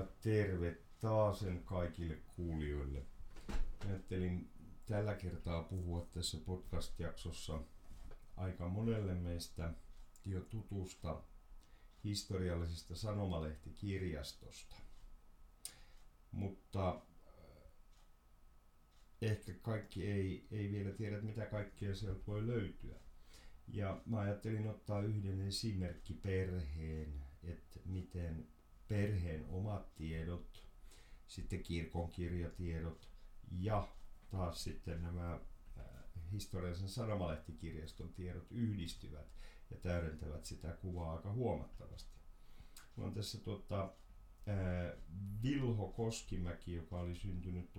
ja terve taasen kaikille kuulijoille. Ajattelin tällä kertaa puhua tässä podcast-jaksossa aika monelle meistä jo tutusta historiallisesta sanomalehtikirjastosta. Mutta ehkä kaikki ei vielä tiedä, mitä kaikkea sieltä voi löytyä. Ja mä ajattelin ottaa yhden esimerkkiperheen, että miten perheen omat tiedot, sitten kirkon kirjatiedot ja taas sitten nämä historiallisen sanomalehtikirjaston tiedot yhdistyvät ja täydentävät sitä kuvaa aika huomattavasti. Mä on tässä Vilho Koskimäki, joka oli syntynyt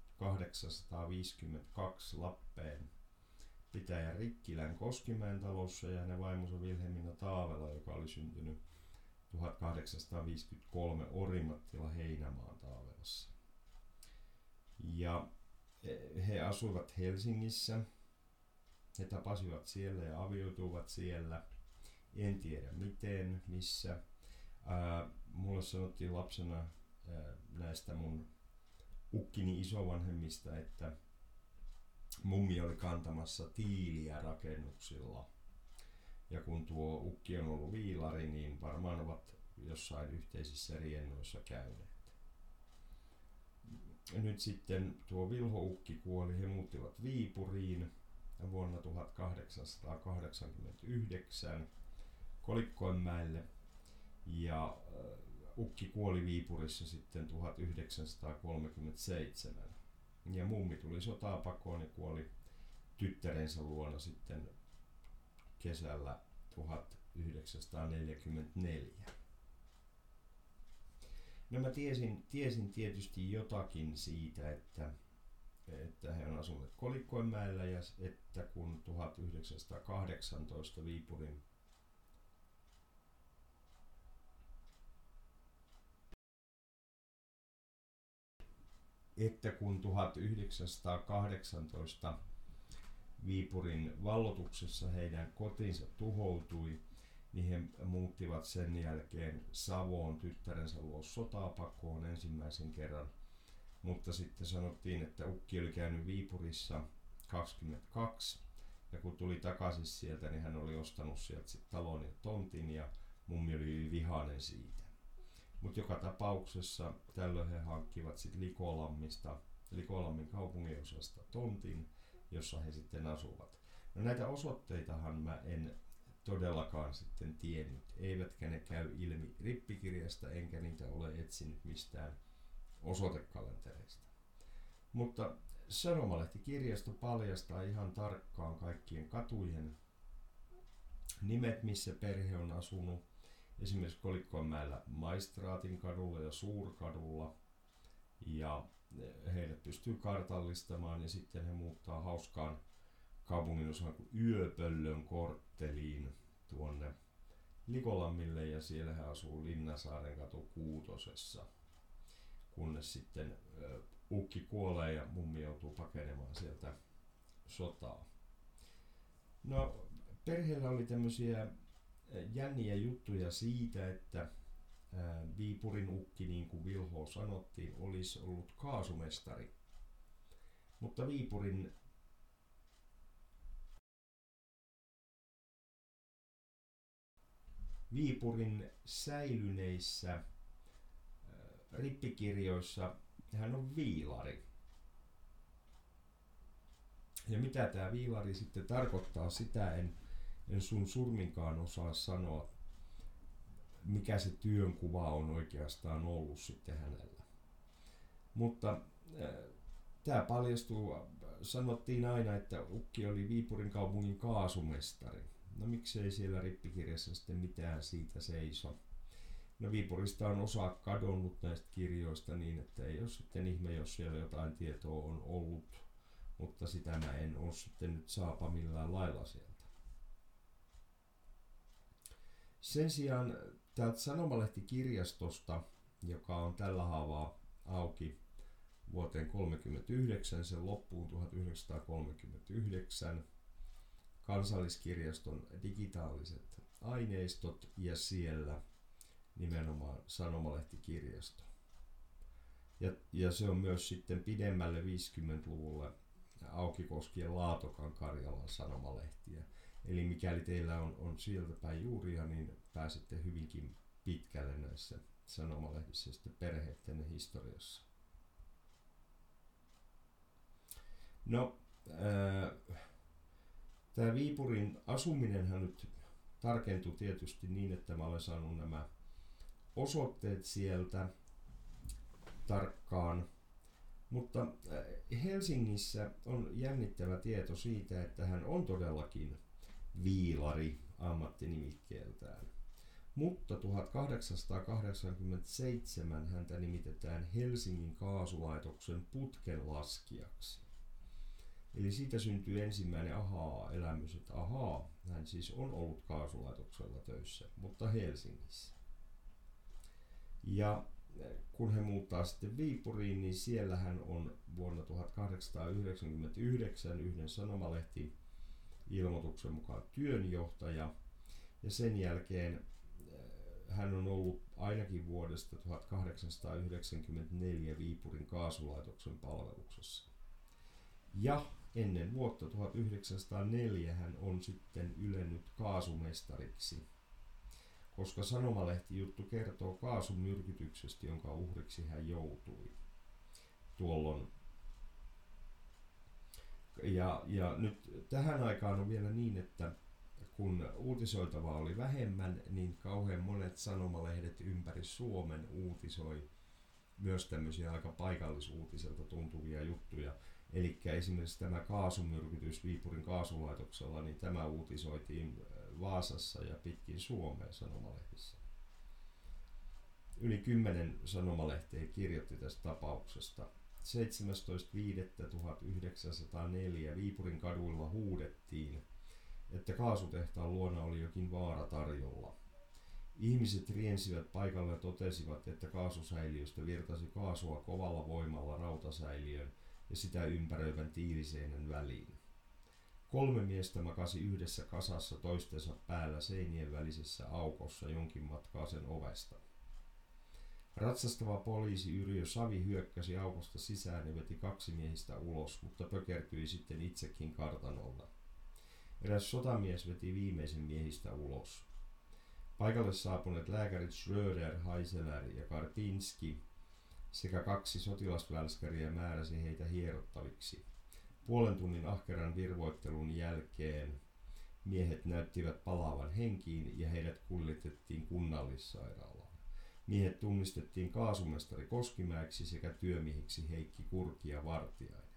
1852 Lappeen pitäjän Rikkilän Koskimäen talossa, ja hänen vaimonsa Vilhelmina Taavela, joka oli syntynyt 1853 Orimattila Heinämaan Taavelassa. Ja he asuivat Helsingissä, he tapasivat siellä ja avioituivat siellä, en tiedä miten, missä. Mulle sanottiin lapsena näistä mun ukkini isovanhemmista, että mummi oli kantamassa tiiliä rakennuksilla. Ja kun tuo ukki on ollut viilari, niin varmaan ovat jossain yhteisissä riennoissa käyneet. Nyt sitten tuo Vilho-ukki kuoli, he muuttivat Viipuriin vuonna 1889 Kolikkoenmäelle. Ja ukki kuoli Viipurissa sitten 1937. Ja mummi tuli sotaa pakoon ja kuoli tyttärensä luona sitten kesällä 1944. No mä tiesin tietysti jotakin siitä, että he on asuneet Kolikkoenmäellä ja että kun 1918 Viipurin valloituksessa heidän kotinsa tuhoutui, niin he muuttivat sen jälkeen Savoon tyttärensä luo sotapakoon ensimmäisen kerran. Mutta sitten sanottiin, että ukki oli käynyt Viipurissa 22, ja kun tuli takaisin sieltä, niin hän oli ostanut sieltä sit talon ja tontin, ja mummi oli hyvin vihainen siitä. Mutta joka tapauksessa tällöin he hankkivat sitten Likolammin kaupunginosasta tontin, jossa he sitten asuvat. No näitä osoitteitahan mä en todellakaan sitten tiennyt, eivätkä ne käy ilmi rippikirjasta, enkä niitä ole etsinyt mistään osoitekalentereista. Mutta sanomalehtikirjasto paljastaa ihan tarkkaan kaikkien katujen nimet, missä perhe on asunut. Esimerkiksi Kolikkoenmäellä Maistraatin kadulla ja Suurkadulla, ja heidät pystyy kartallistamaan, ja sitten he muuttaa hauskaan kaupunginosaan kuin Yöpöllön kortteliin tuonne Likolammille, ja siellä he asuu Linnasaaren katu 6, kunnes sitten ukki kuolee ja mummi joutuu pakenemaan sieltä sotaa. No, perheellä oli tämmöisiä jänniä juttuja siitä, että Viipurin ukki, niin kuin Vilho sanottiin, olisi ollut kaasumestari. Mutta Viipurin säilyneissä rippikirjoissa hän on viilari. Ja mitä tämä viilari sitten tarkoittaa, sitä en sun surminkaan osaa sanoa, mikä se työnkuva on oikeastaan ollut sitten hänellä. Mutta tämä paljastuu, sanottiin aina, että ukki oli Viipurin kaupungin kaasumestari. No miksei siellä rippikirjassa sitten mitään siitä seiso. No Viipurista on osa kadonnut näistä kirjoista niin, että ei ole sitten ihme, jos siellä jotain tietoa on ollut, mutta sitä mä en ole sitten nyt saapa millään lailla sieltä. Sen sijaan täältä sanomalehtikirjastosta, joka on tällä haavaa auki vuoteen 1939, sen loppuun 1939, Kansalliskirjaston digitaaliset aineistot ja siellä nimenomaan sanomalehtikirjasto. Ja se on myös sitten pidemmälle 50-luvulle Aukikoskien Laatokan Karjalan sanomalehtiä. Eli mikäli teillä on sieltä päin juuria, niin pääsette hyvinkin pitkälle näissä sanomalehdissä sitten perheiden historiassa. No, tämä Viipurin asuminenhan nyt tarkentui tietysti niin, että mä olen saanut nämä osoitteet sieltä tarkkaan. Mutta Helsingissä on jännittävä tieto siitä, että hän on todellakin viilari ammattinimikkeeltään. Mutta 1887 häntä nimitetään Helsingin kaasulaitoksen putkenlaskijaksi. Eli siitä syntyy ensimmäinen ahaa-elämys, että hän siis on ollut kaasulaitoksella töissä, mutta Helsingissä. Ja kun he muuttaa sitten Viipuriin, niin siellä hän on vuonna 1899 yhden sanomalehti-ilmoituksen mukaan työnjohtaja. Ja sen jälkeen hän on ollut ainakin vuodesta 1894 Viipurin kaasulaitoksen palveluksessa. Ja ennen vuotta 1904 hän on sitten ylennyt kaasumestariksi, koska sanomalehtijuttu kertoo kaasumyrkytyksestä, jonka uhriksi hän joutui tuolloin. Ja nyt tähän aikaan on vielä niin, että kun uutisoitavaa oli vähemmän, niin kauhean monet sanomalehdet ympäri Suomen uutisoi myös tämmöisiä aika paikallisuutiselta tuntuvia juttuja. Eli esimerkiksi tämä kaasumyrkytys Viipurin kaasulaitoksella, niin tämä uutisoitiin Vaasassa ja pitkin Suomea sanomalehdissä. Yli 10 sanomalehteä kirjoitti tästä tapauksesta. 17.5.1904 Viipurin kaduilla huudettiin, että kaasutehtaan luona oli jokin vaara tarjolla. Ihmiset riensivät paikalle ja totesivat, että kaasusäiliöstä virtasi kaasua kovalla voimalla rautasäiliön ja sitä ympäröivän tiiliseinän väliin. 3 miestä makasi yhdessä kasassa toistensa päällä seinien välisessä aukossa jonkin matkaa sen ovesta. Ratsastava poliisi Yrjö Savi hyökkäsi aukosta sisään ja veti 2 miehistä ulos, mutta pökertyi sitten itsekin kartanolla. Eräs sotamies veti viimeisen miehistä ulos. Paikalle saapuneet lääkärit Schröder, Heiseler ja Karpinski sekä 2 sotilasvälskäriä määräsi heitä hierottaviksi. Puolen tunnin ahkeran virvoittelun jälkeen miehet näyttivät palaavan henkiin ja heidät kuljetettiin kunnallissairaalaan. Miehet tunnistettiin kaasumestari Koskimäeksi sekä työmiehiksi Heikki Kurki ja Vartiainen.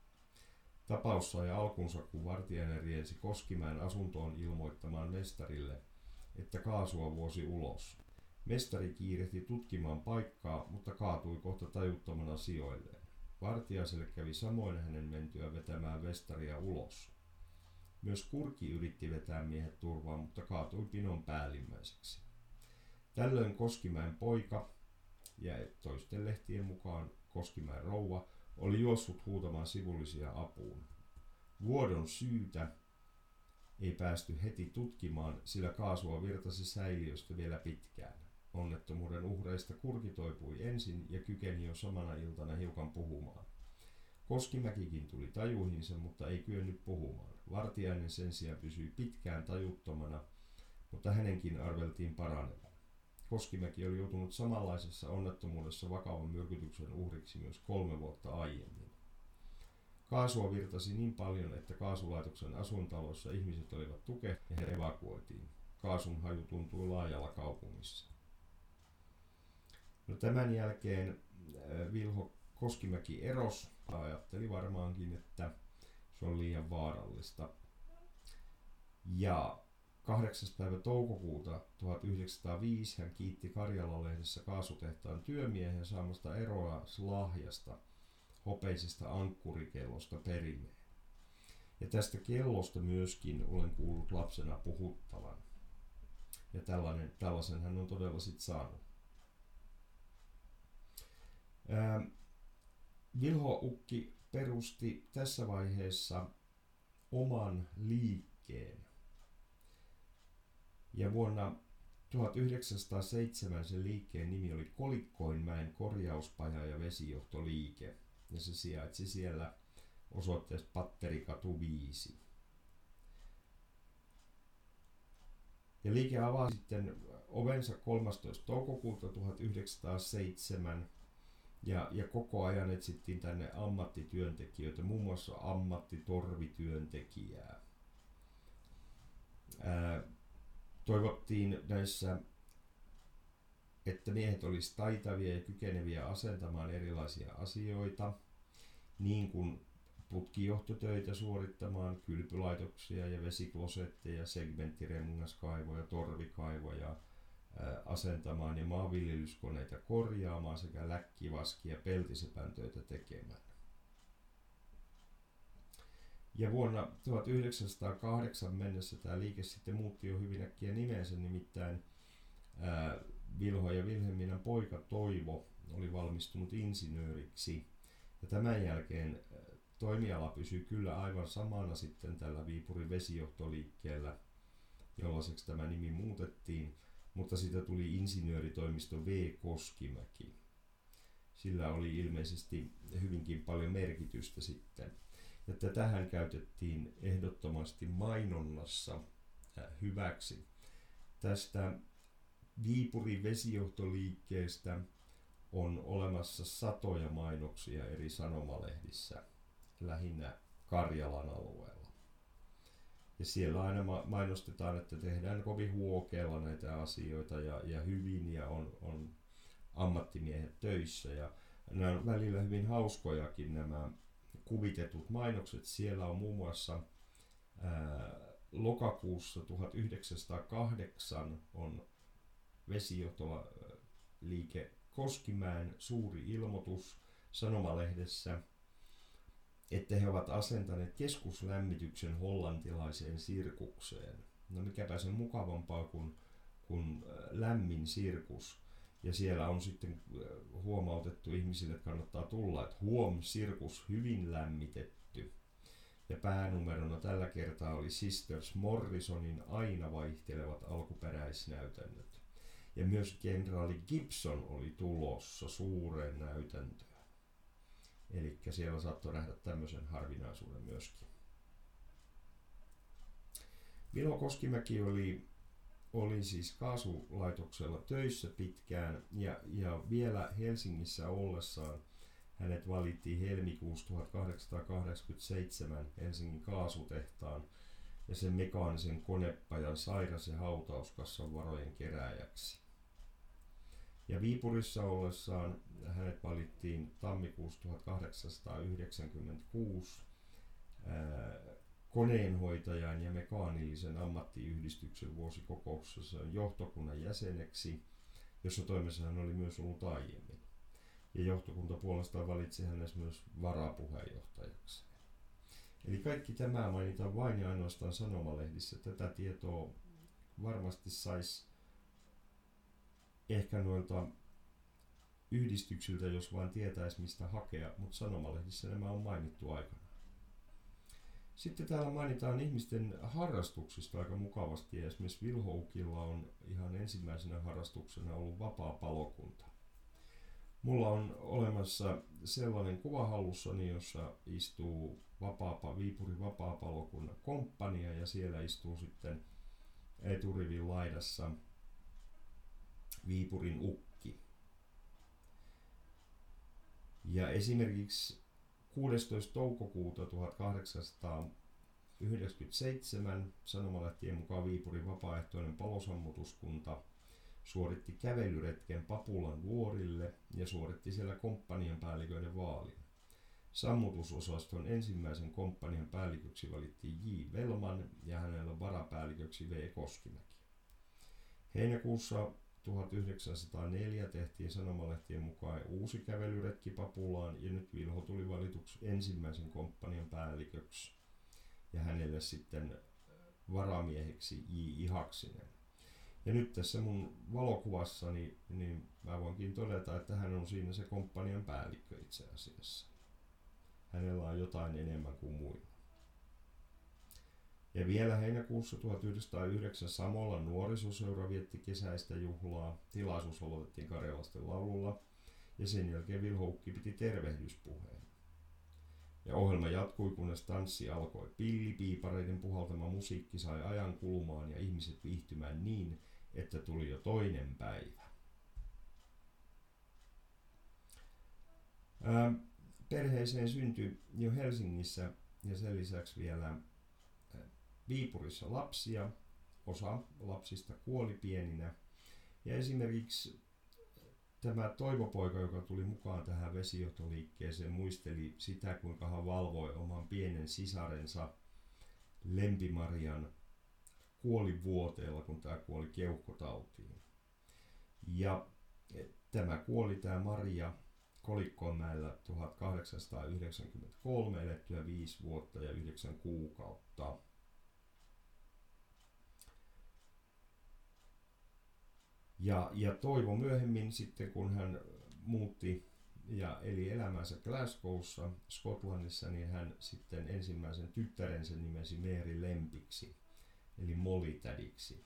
Tapaus sai alkunsa, kun Vartiainen riensi Koskimäen asuntoon ilmoittamaan mestarille, että kaasua vuosi ulos. Mestari kiirehti tutkimaan paikkaa, mutta kaatui kohta tajuttomana sijoilleen. Vartiaiselle kävi samoin hänen mentyä vetämään mestaria ulos. Myös Kurki yritti vetää miehet turvaan, mutta kaatui pinon päällimmäiseksi. Tällöin Koskimäen poika ja toisten lehtien mukaan Koskimäen rouva oli juossut huutamaan sivullisia apuun. Vuodon syytä ei päästy heti tutkimaan, sillä kaasua virtasi säiliöstä vielä pitkään. Onnettomuuden uhreista Kurki toipui ensin ja kykeni jo samana iltana hiukan puhumaan. Koskimäkikin tuli tajuihinsa, mutta ei kyennyt puhumaan. Vartiainen sen sijaan pysyi pitkään tajuttomana, mutta hänenkin arveltiin paranevan. Koskimäki oli joutunut samanlaisessa onnettomuudessa vakavan myrkytyksen uhriksi myös 3 vuotta aiemmin. Kaasua virtasi niin paljon, että kaasulaitoksen asuintaloissa ihmiset olivat tukehtuneet ja he evakuoitiin. Kaasun haju tuntui laajalla kaupungissa. No, tämän jälkeen Vilho Koskimäki erosi. Ajatteli varmaankin, että se on liian vaarallista. Ja 8. päivä toukokuuta 1905 hän kiitti Karjala-lehdessä kaasutehtaan työmiehen saamasta eroa lahjasta hopeisesta ankkurikellosta perimeen. Ja tästä kellosta myöskin olen kuullut lapsena puhuttavan. Ja tällaisen hän on todella sitten saanut. Vilho Ukki perusti tässä vaiheessa oman liikkeen. Ja vuonna 1907 sen liikkeen nimi oli Kolikkoinmäen korjauspaja ja vesijohtoliike. Ja se sijaitsi siellä osoitteessa Patterikatu 5. Ja liike avasi sitten ovensa 13. toukokuuta 1907 ja koko ajan etsittiin tänne ammattityöntekijöitä, muun muassa ammattitorvityöntekijää. Toivottiin näissä, että miehet olisivat taitavia ja kykeneviä asentamaan erilaisia asioita, niin kuin putkijohtotöitä suorittamaan, kylpylaitoksia ja vesiklosetteja, segmenttirengaskaivoja, torvikaivoja asentamaan ja maanviljelyskoneita korjaamaan sekä läkkivaski- ja peltisepäntöitä tekemään. Ja vuonna 1908 mennessä tämä liike sitten muutti jo hyvin äkkiä nimensä, nimittäin Vilho ja Vilhelminan poika Toivo oli valmistunut insinööriksi. Ja tämän jälkeen toimiala pysyi kyllä aivan samana sitten tällä Viipurin vesijohtoliikkeellä, jollaiseksi tämä nimi muutettiin, mutta siitä tuli insinööritoimisto V. Koskimäki. Sillä oli ilmeisesti hyvinkin paljon merkitystä sitten. Ja tätähän käytettiin ehdottomasti mainonnassa hyväksi. Tästä Viipurin vesijohtoliikkeestä on olemassa satoja mainoksia eri sanomalehdissä, lähinnä Karjalan alueella. Ja siellä aina mainostetaan, että tehdään kovin huokealla näitä asioita ja hyvin ja on ammattimiehet töissä. Ja nämä on välillä hyvin hauskojakin nämä kuvitetut mainokset. Siellä on muun muassa lokakuussa 1908 on vesijohtoliike Koskimäen suuri ilmoitus sanomalehdessä, että he ovat asentaneet keskuslämmityksen hollantilaiseen sirkukseen. No mikäpä sen mukavampaa kuin lämmin sirkus. Ja siellä on sitten huomautettu ihmisille, että kannattaa tulla, että sirkus hyvin lämmitetty. Ja päänumerona tällä kertaa oli Sisters Morrisonin aina vaihtelevat alkuperäisnäytännöt. Ja myös kenraali Gibson oli tulossa suureen näytäntöön. Eli siellä saattoi nähdä tämmöisen harvinaisuuden myöskin. Vilho Koskimäki oli siis kaasulaitoksella töissä pitkään ja vielä Helsingissä ollessaan hänet valittiin helmikuussa 1887 Helsingin kaasutehtaan ja sen mekaanisen konepajan sairas- ja hautauskassan varojen kerääjäksi. Ja Viipurissa ollessaan hänet valittiin tammikuussa 1896 koneenhoitajan ja mekaanillisen ammattiyhdistyksen vuosikokouksessa johtokunnan jäseneksi, jossa toimessa hän oli myös ollut aiemmin. Ja johtokunta puolestaan valitsi hänet myös varapuheenjohtajaksi. Eli kaikki tämä mainitaan vain ja ainoastaan sanomalehdissä. Tätä tietoa varmasti saisi ehkä noilta yhdistyksiltä, jos vain tietäisi mistä hakea, mutta sanomalehdissä nämä on mainittu aikanaan. Sitten täällä mainitaan ihmisten harrastuksista aika mukavasti, ja esimerkiksi Vilhoukilla on ihan ensimmäisenä harrastuksena ollut vapaa-palokunta. Mulla on olemassa sellainen kuva hallussani, jossa istuu Viipurin vapaa-palokunnan komppania, ja siellä istuu sitten eturivin laidassa Viipurin ukki. Ja esimerkiksi 16. toukokuuta 1897 sanomalehtien mukaan Viipurin vapaaehtoinen palosammutuskunta suoritti kävelyretken Papulan vuorille ja suoritti siellä komppanian päälliköiden vaalin. Sammutusosaston ensimmäisen komppanian päälliköksi valittiin J. Velman ja hänellä varapäälliköksi V. Koskimäki. Heinäkuussa 1904 tehtiin sanomalehtien mukaan uusi kävelyretki Papulaan ja nyt Vilho tuli valituksi ensimmäisen komppanian päälliköksi ja hänelle sitten varamieheksi J. Ihaksinen. Ja nyt tässä mun valokuvassani niin mä voinkin todeta, että hän on siinä se komppanian päällikkö itse asiassa. Hänellä on jotain enemmän kuin muilla. Ja vielä heinäkuussa 1909 Samolan nuorisoseura vietti kesäistä juhlaa. Tilaisuus aloitettiin karjalaisten laululla ja sen jälkeen Vilhoukki piti tervehdyspuheen. Ja ohjelma jatkui, kunnes tanssi alkoi. Pillipiipareiden puhaltama musiikki sai ajan kulumaan ja ihmiset viihtymään niin, että tuli jo toinen päivä. Perheeseen syntyi jo Helsingissä ja sen lisäksi vielä Viipurissa lapsia. Osa lapsista kuoli pieninä. Ja esimerkiksi tämä Toivo-poika, joka tuli mukaan tähän vesijohtoliikkeeseen, muisteli sitä, kuinka hän valvoi oman pienen sisarensa Lempi-Marian kuolivuoteella, kun tämä kuoli keuhkotautiin. Ja tämä Maria Kolikkoonmäellä 1893 elettyä 5 vuotta ja 9 kuukautta. Ja Toivo myöhemmin sitten, kun hän muutti ja eli elämänsä Glasgowssa, Skotlannissa, niin hän sitten ensimmäisen tyttärensä nimesi Mary Lempiksi, eli Molly-tädiksi.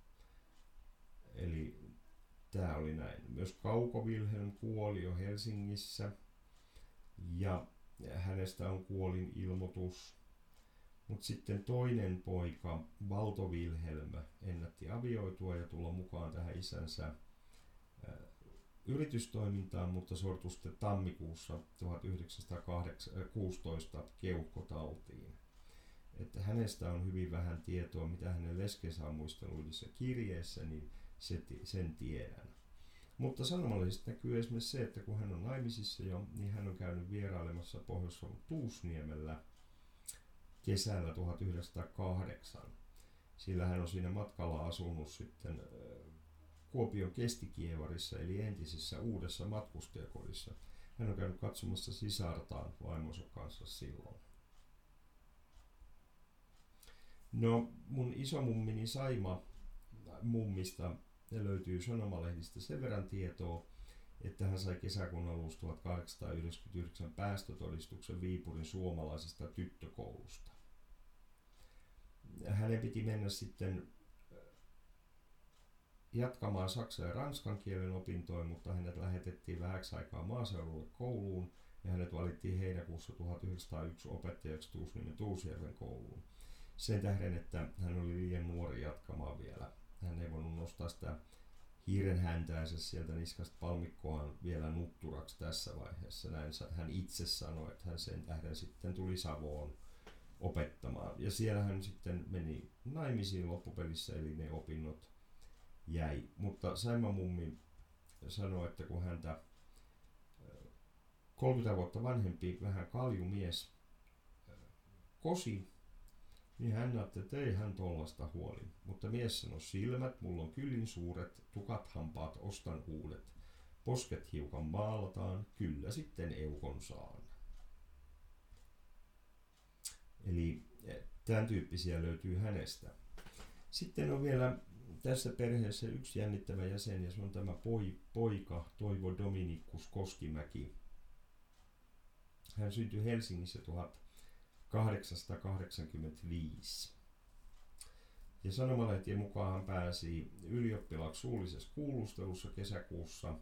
Eli tämä oli näin. Myös Kauko Wilhelm kuoli jo Helsingissä ja hänestä on kuolinilmoitus. Mutta sitten toinen poika, Valto Wilhelm, ennätti avioitua ja tulla mukaan tähän isänsä yritystoimintaan, mutta sortui sitten tammikuussa 1916 keuhkotautiin. Että hänestä on hyvin vähän tietoa, mitä hänen leskensä on muisteluissa kirjeessä, niin sen tiedän. Mutta sanomallisesta näkyy esimerkiksi se, että kun hän on naimisissa jo, niin hän on käynyt vierailemassa Pohjois-Savon Tuusniemellä kesällä 1908. Sillä hän on siinä matkalla asunut sitten Kuopion Kestikievarissa, eli entisessä uudessa matkustajakodissa. Hän on käynyt katsomassa sisartaan vaimonsa kanssa silloin. No, mun isomummini Saima mummista löytyy sanomalehdistä sen verran tietoa, että hän sai kesäkuun alussa 1899 päästötodistuksen Viipurin suomalaisesta tyttökoulusta. Hänen piti mennä sitten jatkamaan saksan ja ranskan kielen opintoja, mutta hänet lähetettiin vähäksi aikaa maaseudulle kouluun ja hänet valittiin heinäkuussa 1901 opettajaksi Tuusniemen Tuusjärven kouluun. Sen tähden, että hän oli liian nuori jatkamaan vielä. Hän ei voinut nostaa sitä hiiren häntäänsä sieltä niskasta palmikkoaan vielä nutturaksi tässä vaiheessa. Näin hän itse sanoi, että hän sen tähden sitten tuli Savoon opettamaan. Ja siellä hän sitten meni naimisiin loppupelissä, eli ne opinnot jäi. Mutta Saima mummi sanoi, että kun häntä 30 vuotta vanhempi, vähän kaljumies kosi, niin hän ajatteli, että ei hän tollasta huoli. Mutta mies sanoi, silmät, mulla on kyllin suuret, tukat hampaat, ostan uudet. Posket hiukan maalataan, kyllä sitten eukon saan. Eli tämän tyyppisiä löytyy hänestä. Sitten on vielä tässä perheessä yksi jännittävä jäsen, ja se on tämä poika Toivo Dominikus Koskimäki. Hän syntyi Helsingissä 1885. Ja sanomalehtien mukaan hän pääsi ylioppilaaksi suullisessa kuulustelussa kesäkuussa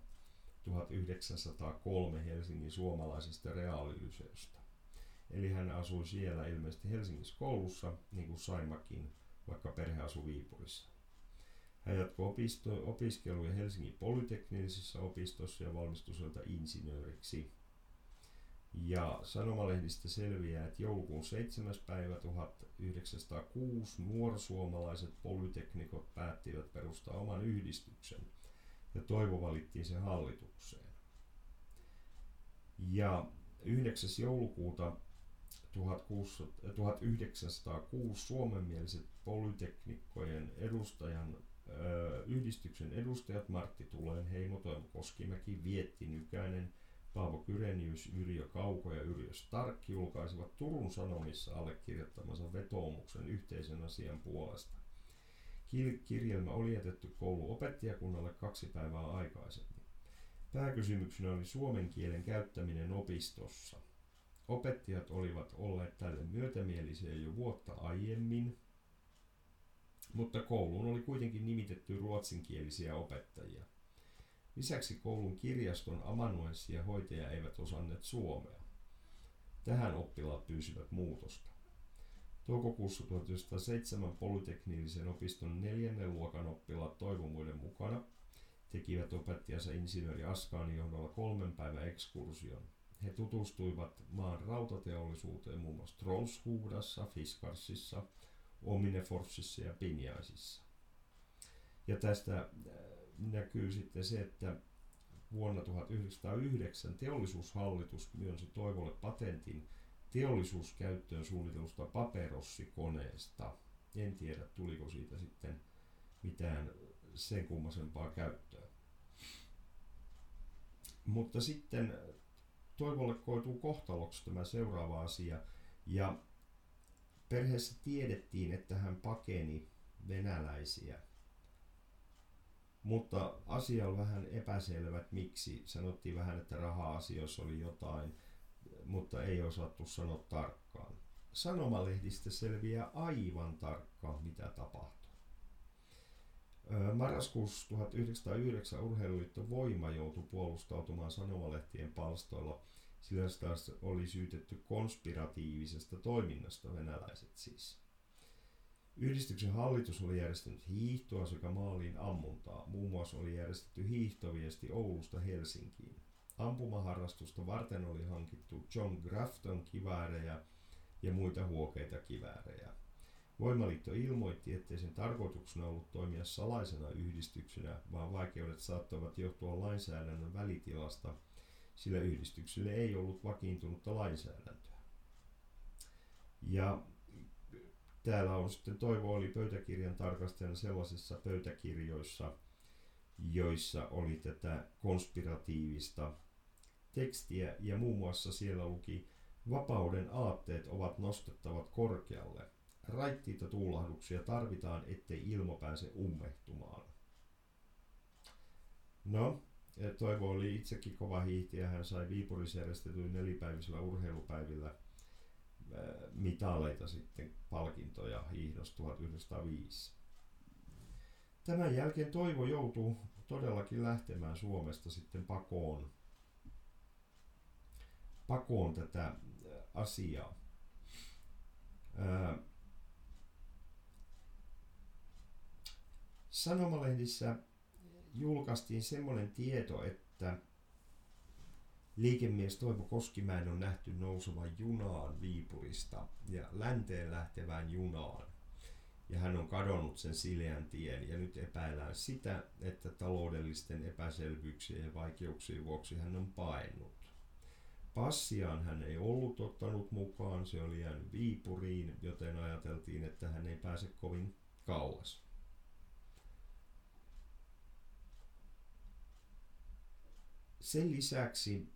1903 Helsingin suomalaisesta reaalilyseosta. Eli hän asui siellä ilmeisesti Helsingissä koulussa, niin kuin Saimakin, vaikka perhe asui Viipurissa. Hän jatkoi opiskeluja Helsingin polyteknisessä opistossa ja valmistui sieltä insinööriksi. Ja sanomalehdistä selviää, että joulukuun 7. päivä 1906 nuorsuomalaiset polyteknikot päättivät perustaa oman yhdistyksen ja Toivo valittiin sen hallitukseen. Ja 9. joulukuuta 1906 suomenmieliset polyteknikkojen yhdistyksen edustajat Martti Tulenheimo, Toivo Koskimäki, Vietti Nykänen, Paavo Kyrenius, Yrjö Kauko ja Yrjö Stark julkaisivat Turun Sanomissa allekirjoittamansa vetoomuksen yhteisen asian puolesta. Kirjelmä oli jätetty koulun opettajakunnalle 2 päivää aikaisemmin. Pääkysymyksenä oli suomen kielen käyttäminen opistossa. Opettajat olivat olleet tälle myötämielisiä jo vuotta aiemmin, mutta kouluun oli kuitenkin nimitetty ruotsinkielisiä opettajia. Lisäksi koulun kirjaston amanuenssi ja hoitaja eivät osanneet suomea. Tähän oppilaat pyysivät muutosta. Toukokuussa 1907 Polyteknillisen opiston 4. luokan oppilaat toivomuiden mukana tekivät opettajansa insinööri Askaanin johdolla 3 päivän ekskursion. He tutustuivat maan rautateollisuuteen muun muassa Trollshuvudassa, Fiskarsissa, Omineforsissa ja Pinjaisissa. Ja tästä näkyy sitten se, että vuonna 1909 teollisuushallitus myönsi Toivolle patentin teollisuuskäyttöön suunnitelusta paperossikoneesta. En tiedä, tuliko siitä sitten mitään sen kummasempaa käyttöä. Mutta sitten Toivolle koituu kohtaloksi tämä seuraava asia, ja perheessä tiedettiin, että hän pakeni venäläisiä. Mutta asia on vähän epäselvä, että miksi. Sanottiin vähän, että raha-asioissa oli jotain, mutta ei osattu sanoa tarkkaan. Sanomalehdistä selviää aivan tarkkaan, mitä tapahtui. Marraskuussa 1909 Urheiluliitto Voima joutui puolustautumaan sanomalehtien palstoilla, sillä sitä oli syytetty konspiratiivisesta toiminnasta, venäläiset siis. Yhdistyksen hallitus oli järjestänyt hiihtoa sekä maaliin ammuntaa. Muun muassa oli järjestetty hiihtoviesti Oulusta Helsinkiin. Ampumaharrastusta varten oli hankittu John Grafton kiväärejä ja muita huokeita kiväärejä. Voimaliitto ilmoitti, ettei sen tarkoituksena ollut toimia salaisena yhdistyksenä, vaan vaikeudet saattoivat johtua lainsäädännön välitilasta, sillä yhdistykselle ei ollut vakiintunutta lainsäädäntöä. Ja täällä on sitten Toivo oli pöytäkirjan tarkastajana sellaisissa pöytäkirjoissa, joissa oli tätä konspiratiivista tekstiä, ja muun muassa siellä luki: vapauden aatteet ovat nostettavat korkealle. Raittiita tuulahduksia tarvitaan, ettei ilma pääse ummehtumaan. No, Toivo oli itsekin kova hiihtäjä. Hän sai Viipurissa järjestetyin 4-päivisillä urheilupäivillä mitaleita sitten, palkintoja hiihdosta 1905. Tämän jälkeen Toivo joutuu todellakin lähtemään Suomesta sitten pakoon tätä asiaa. Sanomalehdissä julkaistiin semmoinen tieto, että liikemies Toivo Koskimäen on nähty nousevan junaan Viipurista ja länteen lähtevään junaan. Ja hän on kadonnut sen sileän tien, ja nyt epäillään sitä, että taloudellisten epäselvyyksien ja vaikeuksien vuoksi hän on paennut. Passiaan hän ei ollut ottanut mukaan, se oli jäänyt Viipuriin, joten ajateltiin, että hän ei pääse kovin kauas. Sen lisäksi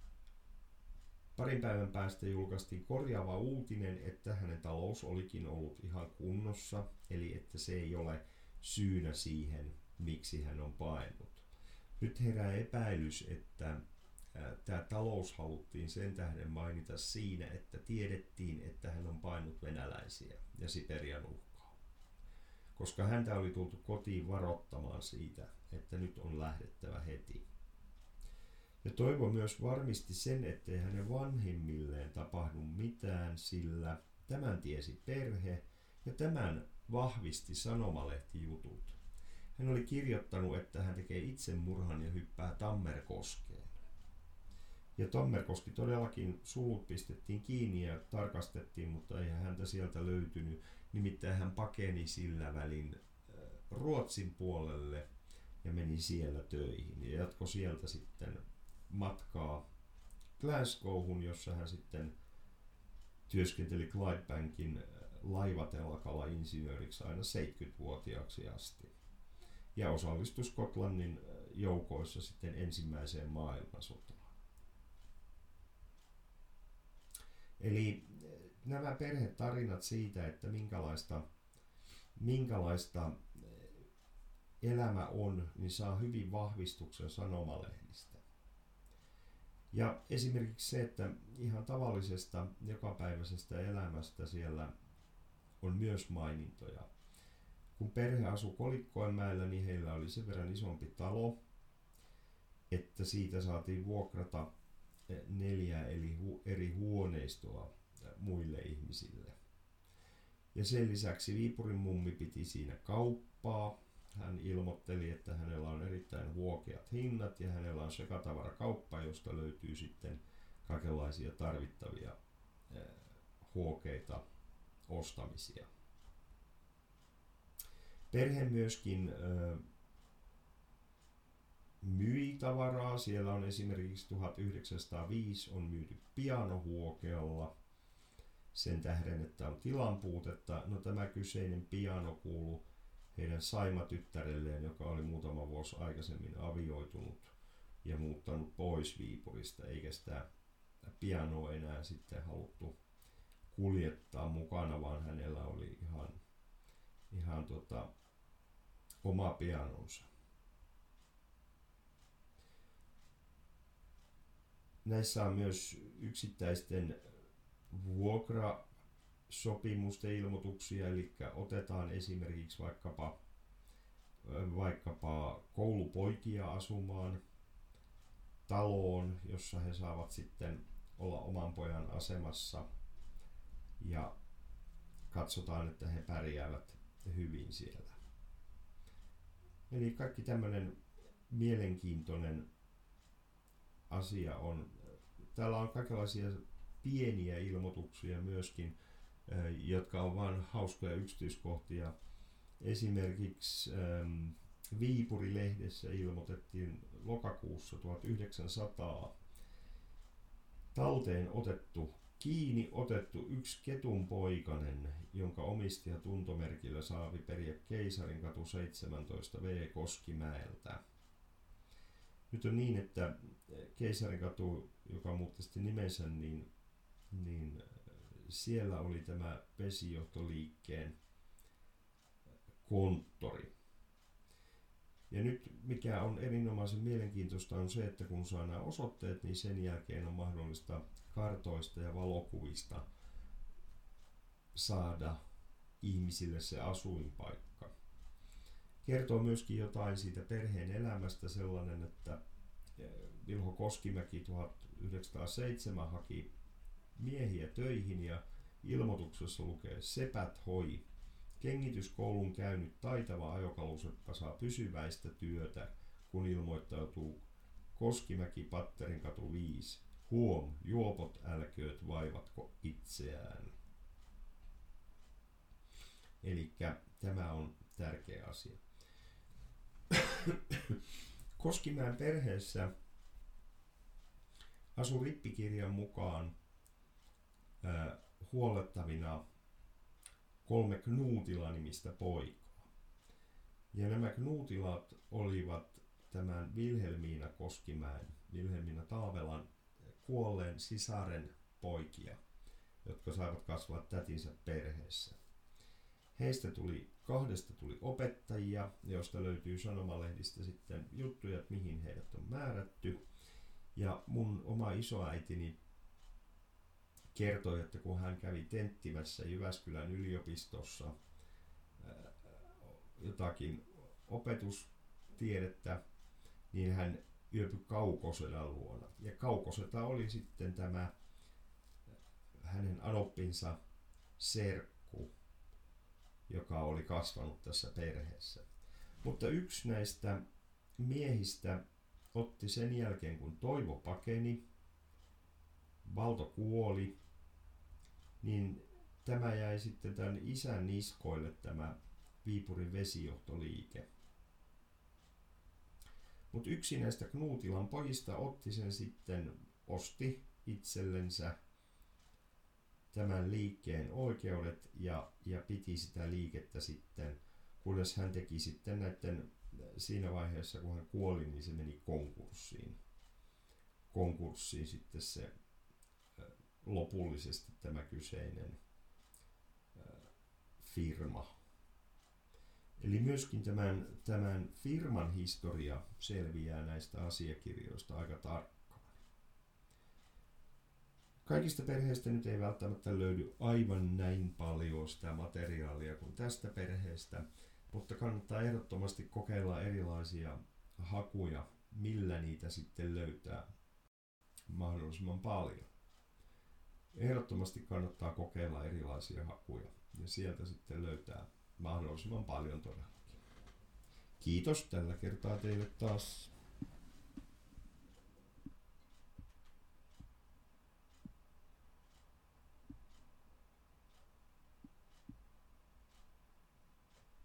parin päivän päästä julkaistiin korjaava uutinen, että hänen talous olikin ollut ihan kunnossa, eli että se ei ole syynä siihen, miksi hän on paennut. Nyt herää epäilys, että tämä talous haluttiin sen tähden mainita siinä, että tiedettiin, että hän on paennut venäläisiä ja Siperian uhkaa. Koska häntä oli tultu kotiin varoittamaan siitä, että nyt on lähdettävä heti. Ja Toivo myös varmisti sen, ettei hänen vanhemmilleen tapahdu mitään, sillä tämän tiesi perhe ja tämän vahvisti sanomalehtijutut. Hän oli kirjoittanut, että hän tekee itsemurhan ja hyppää Tammerkoskeen. Ja Tammerkoski todellakin, sulut pistettiin kiinni ja tarkastettiin, mutta eihän häntä sieltä löytynyt. Nimittäin hän pakeni sillä välin Ruotsin puolelle ja meni siellä töihin ja jatkoi sieltä sitten matkaa Glasgowhun, jossa hän sitten työskenteli Clydebankin laivatelakalla insinööriksi aina 70-vuotiaaksi asti. Ja osallistui Skotlannin joukoissa sitten ensimmäiseen maailmansotaan. Eli nämä perhetarinat siitä, että minkälaista elämä on, niin saa hyvin vahvistuksen sanomalehdistä. Ja esimerkiksi se, että ihan tavallisesta jokapäiväisestä elämästä siellä on myös mainintoja. kun perhe asui Kolikkoenmäellä, niin heillä oli sen verran isompi talo, että siitä saatiin vuokrata 4 eri huoneistoa muille ihmisille. Ja sen lisäksi Viipurin mummi piti siinä kauppaa. Hän ilmoitteli, että hänellä on erittäin huokeat hinnat ja hänellä on sekatavarakauppa, josta löytyy sitten kaikenlaisia tarvittavia huokeita ostamisia. Perhe myöskin myi tavaraa. Siellä on esimerkiksi 1905 on myyty piano huokealla sen tähden, että on tilan puutetta. No, tämä kyseinen piano kuului heidän Saima-tyttärelleen, joka oli muutama vuosi aikaisemmin avioitunut ja muuttanut pois Viipurista, eikä sitä pianoa enää sitten haluttu kuljettaa mukana, vaan hänellä oli ihan oma pianonsa. Näissä on myös yksittäisten vuokrasopimusten ilmoituksia, eli otetaan esimerkiksi vaikkapa koulupoikia asumaan taloon, jossa he saavat sitten olla oman pojan asemassa ja katsotaan, että he pärjäävät hyvin siellä. Eli kaikki tämmöinen mielenkiintoinen asia on. Täällä on kaikenlaisia pieniä ilmoituksia myöskin, jotka on vain hauskoja yksityiskohtia. Esimerkiksi Viipuri-lehdessä ilmoitettiin lokakuussa 1900 talteen kiinni otettu yksi ketunpoikanen, jonka omistaja tuntomerkillä saavi periä Keisarinkatu 17V Koskimäeltä. Nyt on niin, että Keisarinkatu, joka muutti sitten nimensä, niin siellä oli tämä vesijohtoliikkeen konttori. Ja nyt mikä on erinomaisen mielenkiintoista on se, että kun saa nämä osoitteet, niin sen jälkeen on mahdollista kartoista ja valokuvista saada ihmisille se asuinpaikka. Kertoo myöskin jotain siitä perheen elämästä sellainen, että Vilho Koskimäki 1907 haki miehiä töihin ja ilmoituksessa lukee sepät hoi. Kengityskoulun käynyt taitava ajokaluseppa saa pysyväistä työtä, kun ilmoittautuu Koskimäki Patterinkatu 5. Huom, juopot älkööt vaivatko itseään. Elikkä tämä on tärkeä asia. Koskimäen perheessä asui rippikirjan mukaan huolettavina 3 Knuutila-nimistä poikaa. Ja nämä Knuutilat olivat tämän Vilhelmiina Koskimäen, Vilhelmiina Taavelan kuolleen sisaren poikia, jotka saivat kasvaa tätinsä perheessä. Heistä kahdesta tuli opettajia, joista löytyy sanomalehdistä sitten juttuja, että mihin heidät on määrätty. Ja mun oma isoäitini kertoi, että kun hän kävi tenttimässä Jyväskylän yliopistossa jotakin opetustiedettä, niin hän yöpyi Kaukosetan luona. Ja Kaukoseta oli sitten tämä hänen anoppinsa serkku, joka oli kasvanut tässä perheessä. Mutta yksi näistä miehistä otti sen jälkeen, kun Toivo pakeni, Valto kuoli, niin tämä jäi sitten tämän isän niskoille, tämä Viipurin vesijohtoliike. Mutta yksi näistä Knuutilan pojista otti sen sitten, osti itsellensä tämän liikkeen oikeudet ja piti sitä liikettä sitten, kunnes hän teki sitten siinä vaiheessa, kun hän kuoli, niin se meni konkurssiin sitten se lopullisesti tämä kyseinen firma. Eli myöskin tämän firman historia selviää näistä asiakirjoista aika tarkkaan. Kaikista perheistä nyt ei välttämättä löydy aivan näin paljon sitä materiaalia kuin tästä perheestä. Mutta kannattaa ehdottomasti kokeilla erilaisia hakuja, millä niitä sitten löytää mahdollisimman paljon. Ehdottomasti kannattaa kokeilla erilaisia hakuja ja sieltä sitten löytää mahdollisimman paljon todellakin. Kiitos tällä kertaa teille taas.